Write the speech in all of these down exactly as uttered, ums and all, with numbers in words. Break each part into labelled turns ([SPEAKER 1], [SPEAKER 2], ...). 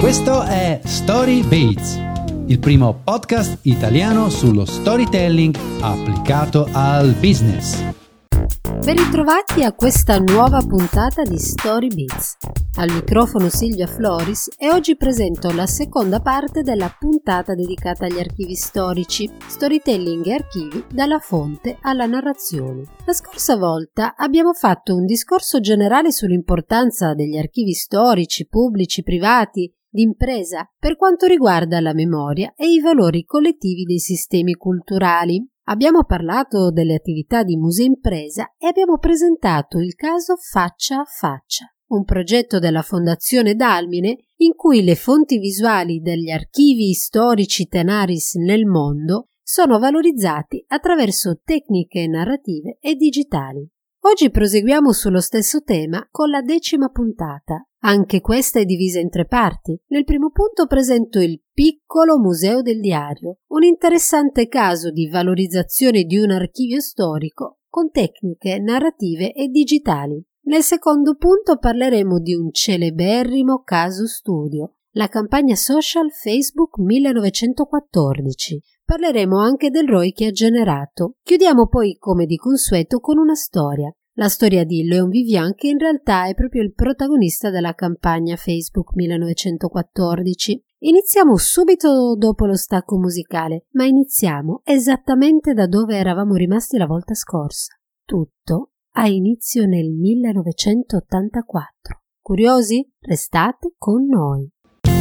[SPEAKER 1] Questo è Story Beats, il primo podcast italiano sullo storytelling applicato al business.
[SPEAKER 2] Ben ritrovati a questa nuova puntata di Story Beats. Al microfono Silvia Floris e oggi presento la seconda parte della puntata dedicata agli archivi storici, storytelling e archivi dalla fonte alla narrazione. La scorsa volta abbiamo fatto un discorso generale sull'importanza degli archivi storici, pubblici, privati, d'impresa, per quanto riguarda la memoria e i valori collettivi dei sistemi culturali. Abbiamo parlato delle attività di Museo Impresa e abbiamo presentato il caso Faccia a Faccia, un progetto della Fondazione Dalmine in cui le fonti visuali degli archivi storici tenaris nel mondo sono valorizzati attraverso tecniche narrative e digitali. Oggi proseguiamo sullo stesso tema con la decima puntata. Anche questa è divisa in tre parti. Nel primo punto presento il piccolo museo del diario, un interessante caso di valorizzazione di un archivio storico con tecniche narrative e digitali. Nel secondo punto parleremo di un celeberrimo caso studio, la campagna social Facebook millenovecentoquattordici. Parleremo anche del R O I che ha generato. Chiudiamo poi, come di consueto, con una storia. La storia di Léon Vivian, che in realtà è proprio il protagonista della campagna Facebook millenovecentoquattordici. Iniziamo subito dopo lo stacco musicale, ma iniziamo esattamente da dove eravamo rimasti la volta scorsa. Tutto ha inizio nel millenovecentottantaquattro. Curiosi? Restate con noi.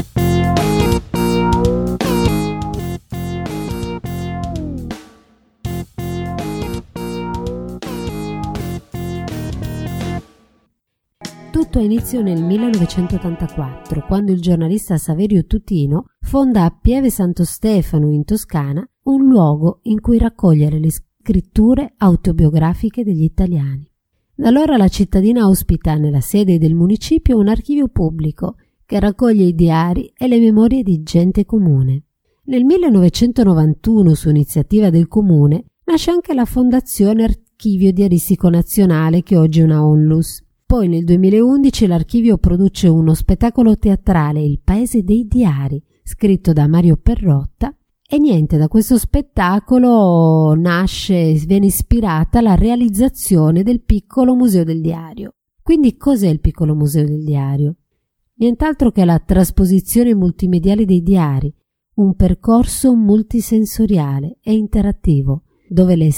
[SPEAKER 2] Tutto ha inizio nel millenovecentottantaquattro, quando il giornalista Saverio Tutino fonda a Pieve Santo Stefano, in Toscana, un luogo in cui raccogliere le scritture autobiografiche degli italiani. Da allora la cittadina ospita nella sede del municipio un archivio pubblico che raccoglie i diari e le memorie di gente comune. Nel millenovecentonovantuno, su iniziativa del comune, nasce anche la Fondazione Archivio Diaristico Nazionale, che oggi è una ONLUS. Poi nel duemilaundici l'archivio produce uno spettacolo teatrale, Il Paese dei Diari, scritto da Mario Perrotta, e niente, da questo spettacolo nasce, viene ispirata la realizzazione del piccolo museo del diario. Quindi cos'è il piccolo museo del diario? Nient'altro che la trasposizione multimediale dei diari, un percorso multisensoriale e interattivo, dove le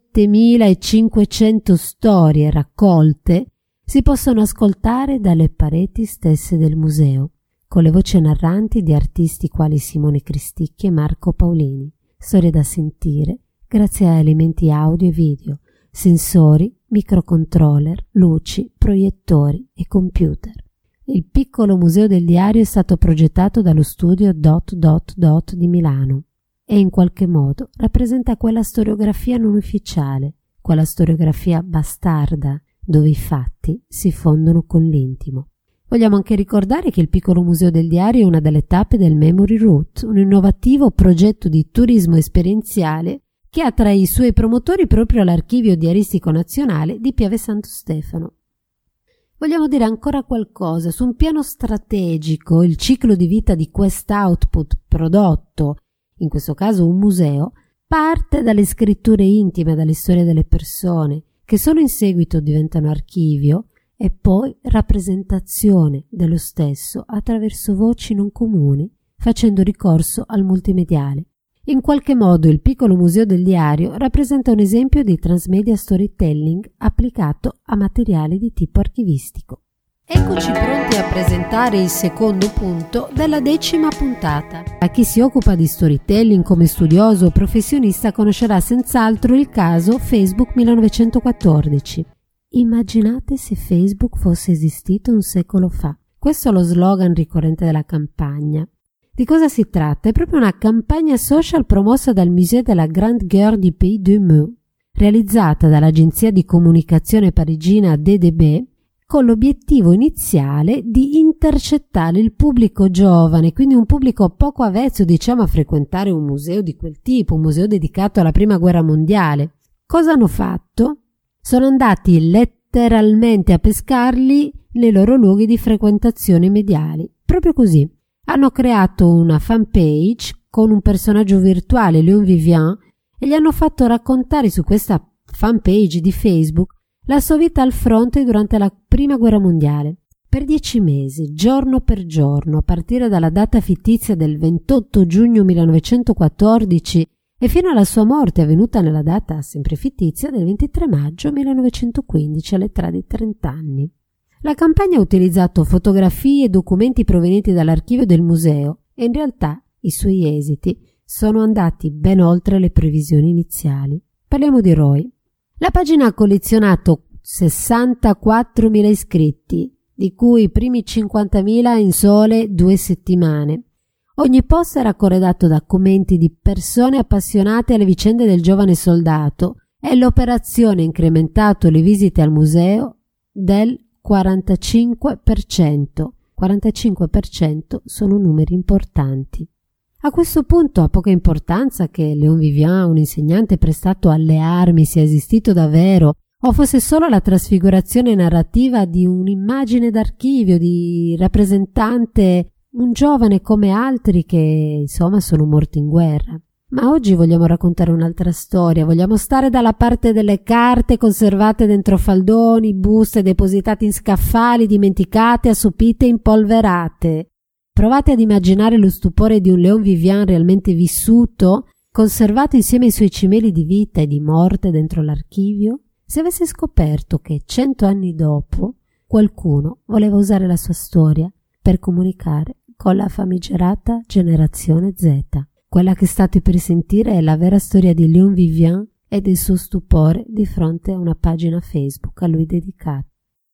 [SPEAKER 2] settemilacinquecento storie raccolte si possono ascoltare dalle pareti stesse del museo, con le voci narranti di artisti quali Simone Cristicchi e Marco Paolini, storie da sentire grazie a elementi audio e video, sensori, microcontroller, luci, proiettori e computer. Il piccolo museo del diario è stato progettato dallo studio Dot Dot Dot di Milano e in qualche modo rappresenta quella storiografia non ufficiale, quella storiografia bastarda, dove i fatti si fondono con l'intimo. Vogliamo anche ricordare che il piccolo museo del diario è una delle tappe del Memory Route, un innovativo progetto di turismo esperienziale che ha tra i suoi promotori proprio l'Archivio Diaristico Nazionale di Pieve Santo Stefano. Vogliamo dire ancora qualcosa su un piano strategico. Il ciclo di vita di quest'output prodotto, in questo caso un museo, parte dalle scritture intime, dalle storie delle persone, che solo in seguito diventano archivio e poi rappresentazione dello stesso attraverso voci non comuni, facendo ricorso al multimediale. In qualche modo il piccolo museo del diario rappresenta un esempio di transmedia storytelling applicato a materiali di tipo archivistico. Eccoci pronti a presentare il secondo punto della decima puntata. A chi si occupa di storytelling come studioso o professionista conoscerà senz'altro il caso Facebook millenovecentoquattordici. Immaginate se Facebook fosse esistito un secolo fa. Questo è lo slogan ricorrente della campagna. Di cosa si tratta? È proprio una campagna social promossa dal Musée de la Grande Guerre du Pays de Meaux, realizzata dall'agenzia di comunicazione parigina D D B, con l'obiettivo iniziale di intercettare il pubblico giovane, quindi un pubblico poco avvezzo, diciamo, a frequentare un museo di quel tipo, un museo dedicato alla Prima Guerra Mondiale. Cosa hanno fatto? Sono andati letteralmente a pescarli nei loro luoghi di frequentazione mediali. Proprio così. hanno creato una fanpage con un personaggio virtuale, Léon Vivian, e gli hanno fatto raccontare su questa fanpage di Facebook la sua vita al fronte durante la Prima Guerra Mondiale. Per dieci mesi, giorno per giorno, a partire dalla data fittizia del ventotto giugno millenovecentoquattordici e fino alla sua morte avvenuta nella data sempre fittizia del ventitré maggio millenovecentoquindici all'età di trenta anni. La campagna ha utilizzato fotografie e documenti provenienti dall'archivio del museo e in realtà i suoi esiti sono andati ben oltre le previsioni iniziali. Parliamo di Roy. La pagina ha collezionato sessantaquattromila iscritti, di cui i primi cinquantamila in sole due settimane. Ogni post era corredato da commenti di persone appassionate alle vicende del giovane soldato e l'operazione ha incrementato le visite al museo del quarantacinque per cento. quarantacinque per cento sono numeri importanti. A questo punto ha poca importanza che Léon Vivian, un insegnante prestato alle armi, sia esistito davvero o fosse solo la trasfigurazione narrativa di un'immagine d'archivio di rappresentante, un giovane come altri che insomma sono morti in guerra. Ma oggi vogliamo raccontare un'altra storia, vogliamo stare dalla parte delle carte conservate dentro faldoni, buste depositate in scaffali, dimenticate, assopite, impolverate. Provate ad immaginare lo stupore di un Léon Vivian realmente vissuto, conservato insieme ai suoi cimeli di vita e di morte dentro l'archivio, se avesse scoperto che cento anni dopo qualcuno voleva usare la sua storia per comunicare con la famigerata generazione Z. Quella che state per sentire è la vera storia di Léon Vivian e del suo stupore di fronte a una pagina Facebook a lui dedicata.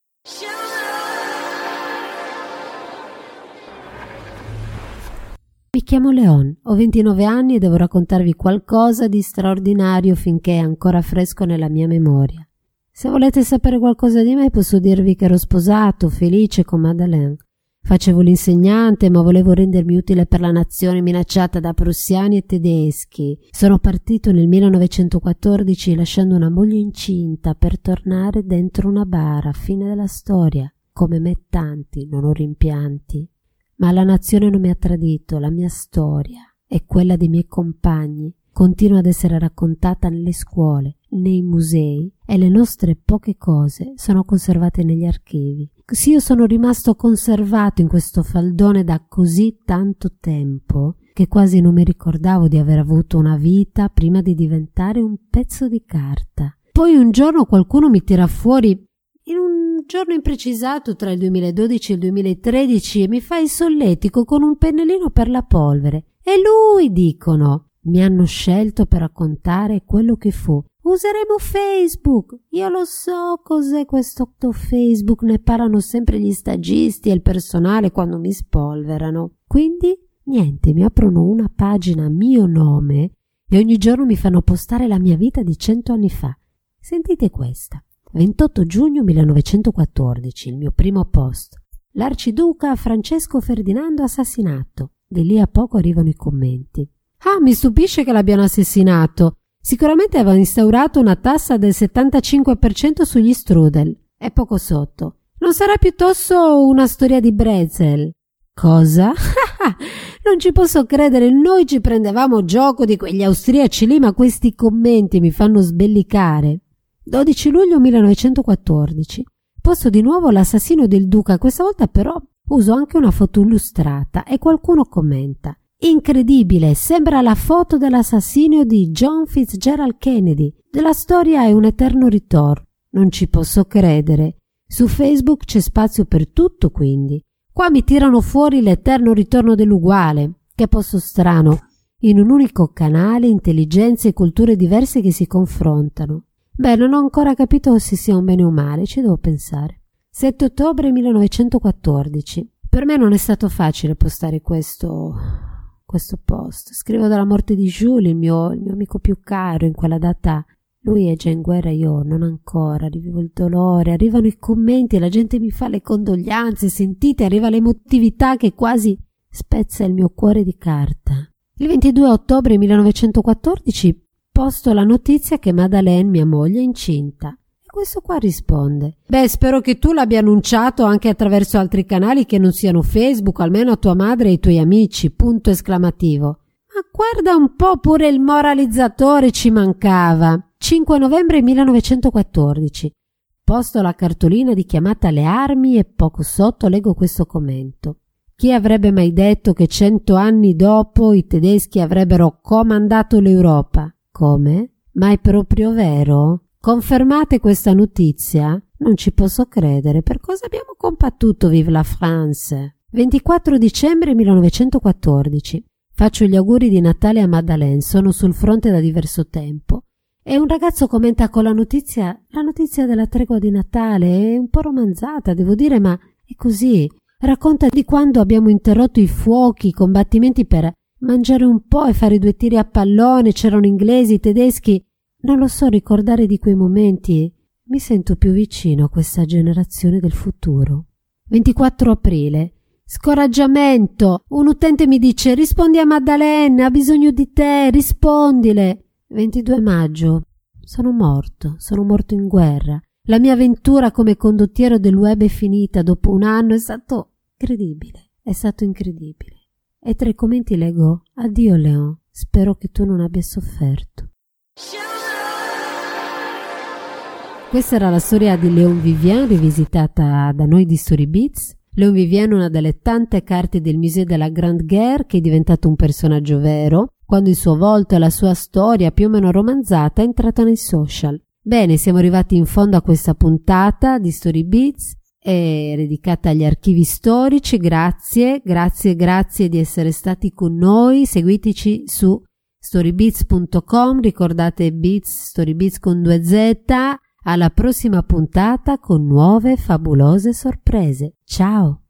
[SPEAKER 2] Mi chiamo Leon, ho ventinove anni e devo raccontarvi qualcosa di straordinario finché è ancora fresco nella mia memoria. Se volete sapere qualcosa di me posso dirvi che ero sposato, felice con Madeleine. Facevo l'insegnante ma volevo rendermi utile per la nazione minacciata da prussiani e tedeschi. Sono partito nel millenovecentoquattordici lasciando una moglie incinta per tornare dentro una bara, fine della storia. Come me tanti, non ho rimpianti. Ma la nazione non mi ha tradito, la mia storia e quella dei miei compagni continua ad essere raccontata nelle scuole, nei musei e le nostre poche cose sono conservate negli archivi. Sì, io sono rimasto conservato in questo faldone da così tanto tempo che quasi non mi ricordavo di aver avuto una vita prima di diventare un pezzo di carta. Poi un giorno qualcuno mi tira fuori in un giorno imprecisato tra il duemiladodici e il duemilatredici e mi fa il solletico con un pennellino per la polvere. E lui, dicono, mi hanno scelto per raccontare quello che fu. Useremo Facebook. Io lo so cos'è questo Facebook, ne parlano sempre gli stagisti e il personale quando mi spolverano. Quindi, niente, mi aprono una pagina a mio nome e ogni giorno mi fanno postare la mia vita di cento anni fa. Sentite questa. ventotto giugno millenovecentoquattordici, il mio primo post. L'arciduca Francesco Ferdinando assassinato. Di lì a poco arrivano i commenti. Ah, mi stupisce che l'abbiano assassinato. Sicuramente aveva instaurato una tassa del settantacinque per cento sugli strudel. E poco sotto. Non sarà piuttosto una storia di Brezel? Cosa? Non ci posso credere, noi ci prendevamo gioco di quegli austriaci lì, ma questi commenti mi fanno sbellicare. dodici luglio millenovecentoquattordici. Posto di nuovo l'assassino del duca, questa volta però uso anche una foto illustrata e qualcuno commenta. Incredibile, sembra la foto dell'assassinio di John Fitzgerald Kennedy. Della storia è un eterno ritorno. Non ci posso credere. Su Facebook c'è spazio per tutto, quindi. Qua mi tirano fuori l'eterno ritorno dell'uguale. Che posto strano. In un unico canale, intelligenze e culture diverse che si confrontano. Beh, non ho ancora capito se sia un bene o un male, ci devo pensare. sette ottobre millenovecentoquattordici. Per me non è stato facile postare questo... questo post. Scrivo della morte di Jules, il mio, il mio amico più caro in quella data. Lui è già in guerra, io non ancora, rivivo il dolore, arrivano i commenti, la gente mi fa le condoglianze, sentite, arriva l'emotività che quasi spezza il mio cuore di carta. Il ventidue ottobre millenovecentoquattordici posto la notizia che Madeleine, mia moglie, è incinta. E questo qua risponde: beh, spero che tu l'abbia annunciato anche attraverso altri canali che non siano Facebook, almeno a tua madre e ai tuoi amici, punto esclamativo. Ma guarda un po', pure il moralizzatore ci mancava. cinque novembre millenovecentoquattordici. Posto la cartolina di chiamata alle armi e poco sotto leggo questo commento. Chi avrebbe mai detto che cento anni dopo i tedeschi avrebbero comandato l'Europa? Come? Ma è proprio vero? Confermate questa notizia? Non ci posso credere. Per cosa abbiamo combattuto? Vive la France! ventiquattro dicembre millenovecentoquattordici. Faccio gli auguri di Natale a Madeleine, sono sul fronte da diverso tempo. E un ragazzo commenta con la notizia, la notizia della tregua di Natale, è un po' romanzata, devo dire, ma è così. Racconta di quando abbiamo interrotto i fuochi, i combattimenti per mangiare un po' e fare due tiri a pallone, c'erano inglesi, tedeschi. Non lo so, ricordare di quei momenti. Mi sento più vicino a questa generazione del futuro. ventiquattro aprile. Scoraggiamento. Un utente mi dice: rispondi a Maddalena, ha bisogno di te, rispondile. ventidue maggio. Sono morto, sono morto in guerra. La mia avventura come condottiero del web è finita dopo un anno, è stato incredibile, è stato incredibile. E tra i commenti leggo: addio Leon, spero che tu non abbia sofferto. Questa era la storia di Léon Vivien, rivisitata da noi di Storybeats. Léon Vivien è una delle tante carte del Musée de la Grande Guerre che è diventato un personaggio vero, quando il suo volto e la sua storia più o meno romanzata è entrata nei social. Bene, siamo arrivati in fondo a questa puntata di Storybeats, è dedicata agli archivi storici. Grazie, grazie, grazie di essere stati con noi. Seguiteci su storybeats punto com, ricordate Beats, Storybeats con due Z. Alla prossima puntata con nuove fabulose sorprese. Ciao!